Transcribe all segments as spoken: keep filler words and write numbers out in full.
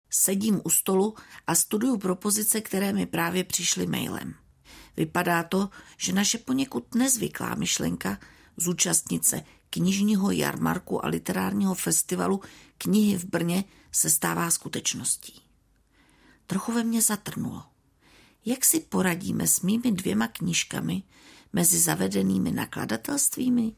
Sedím u stolu a studuju propozice, které mi právě přišly mailem. Vypadá to, že naše poněkud nezvyklá myšlenka zúčastnit se knižního jarmarku a literárního festivalu knihy v Brně se stává skutečností. Trochu ve mně zatrnulo. Jak si poradíme s mými dvěma knížkami mezi zavedenými nakladatelstvími?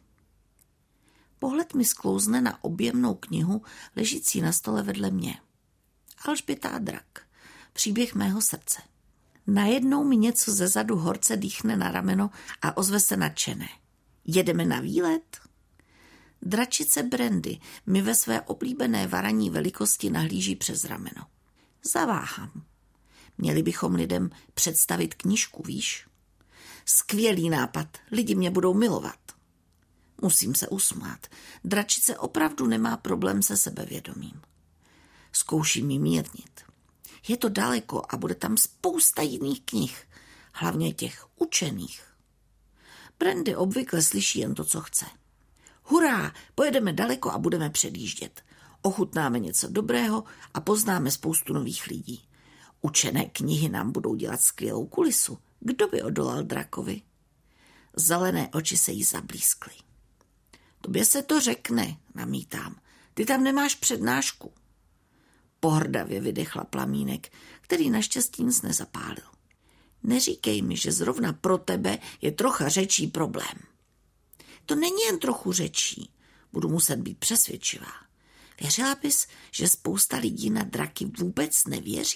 Pohled mi sklouzne na objemnou knihu ležící na stole vedle mě. Alžběta a drak. Příběh mého srdce. Najednou mi něco zezadu horce dýchne na rameno a ozve se nadšené. Jedeme na výlet? Dračice Brandy mi ve své oblíbené varaní velikosti nahlíží přes rameno. Zaváhám. Měli bychom lidem představit knížku, víš? Skvělý nápad, lidi mě budou milovat. Musím se usmát. Dračice opravdu nemá problém se sebevědomím. Zkouším ji mírnit. Je to daleko a bude tam spousta jiných knih, hlavně těch učených. Brandy obvykle slyší jen to, co chce. Hurá, pojedeme daleko a budeme předjíždět. Ochutnáme něco dobrého a poznáme spoustu nových lidí. Učené knihy nám budou dělat skvělou kulisu. Kdo by odolal drakovi? Zelené oči se jí zablískly. Tobě se to řekne, namítám. Ty tam nemáš přednášku. Pohrdavě vydechla Plamínek, který naštěstí nic nezapálil. Neříkej mi, že zrovna pro tebe je trocha řečí problém. To není jen trochu řečí. Budu muset být přesvědčivá. Věřila bys, že spousta lidí na draky vůbec nevěří?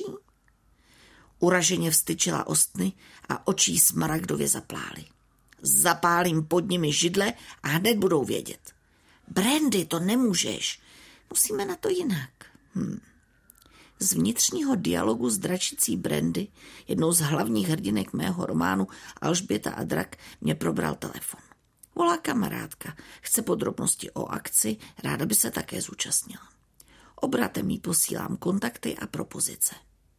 Uraženě vstyčila ostny a očí smaragdově zaplály. Zapálím pod nimi židle a hned budou vědět. Brandy, to nemůžeš. Musíme na to jinak. Hm. Z vnitřního dialogu s dračicí Brandy, jednou z hlavních hrdinek mého románu Alžběta a drak, mě probral telefon. Volá kamarádka, chce podrobnosti o akci, ráda by se také zúčastnila. Obratem jí posílám kontakty a propozice.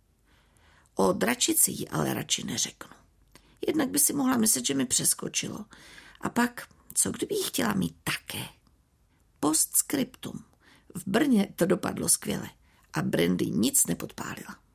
O dračici jí ale radši neřeknu. Jednak by si mohla myslet, že mi přeskočilo. A pak, co kdyby jí chtěla mít také? Postscriptum. V Brně to dopadlo skvěle a Brandy nic nepodpálila.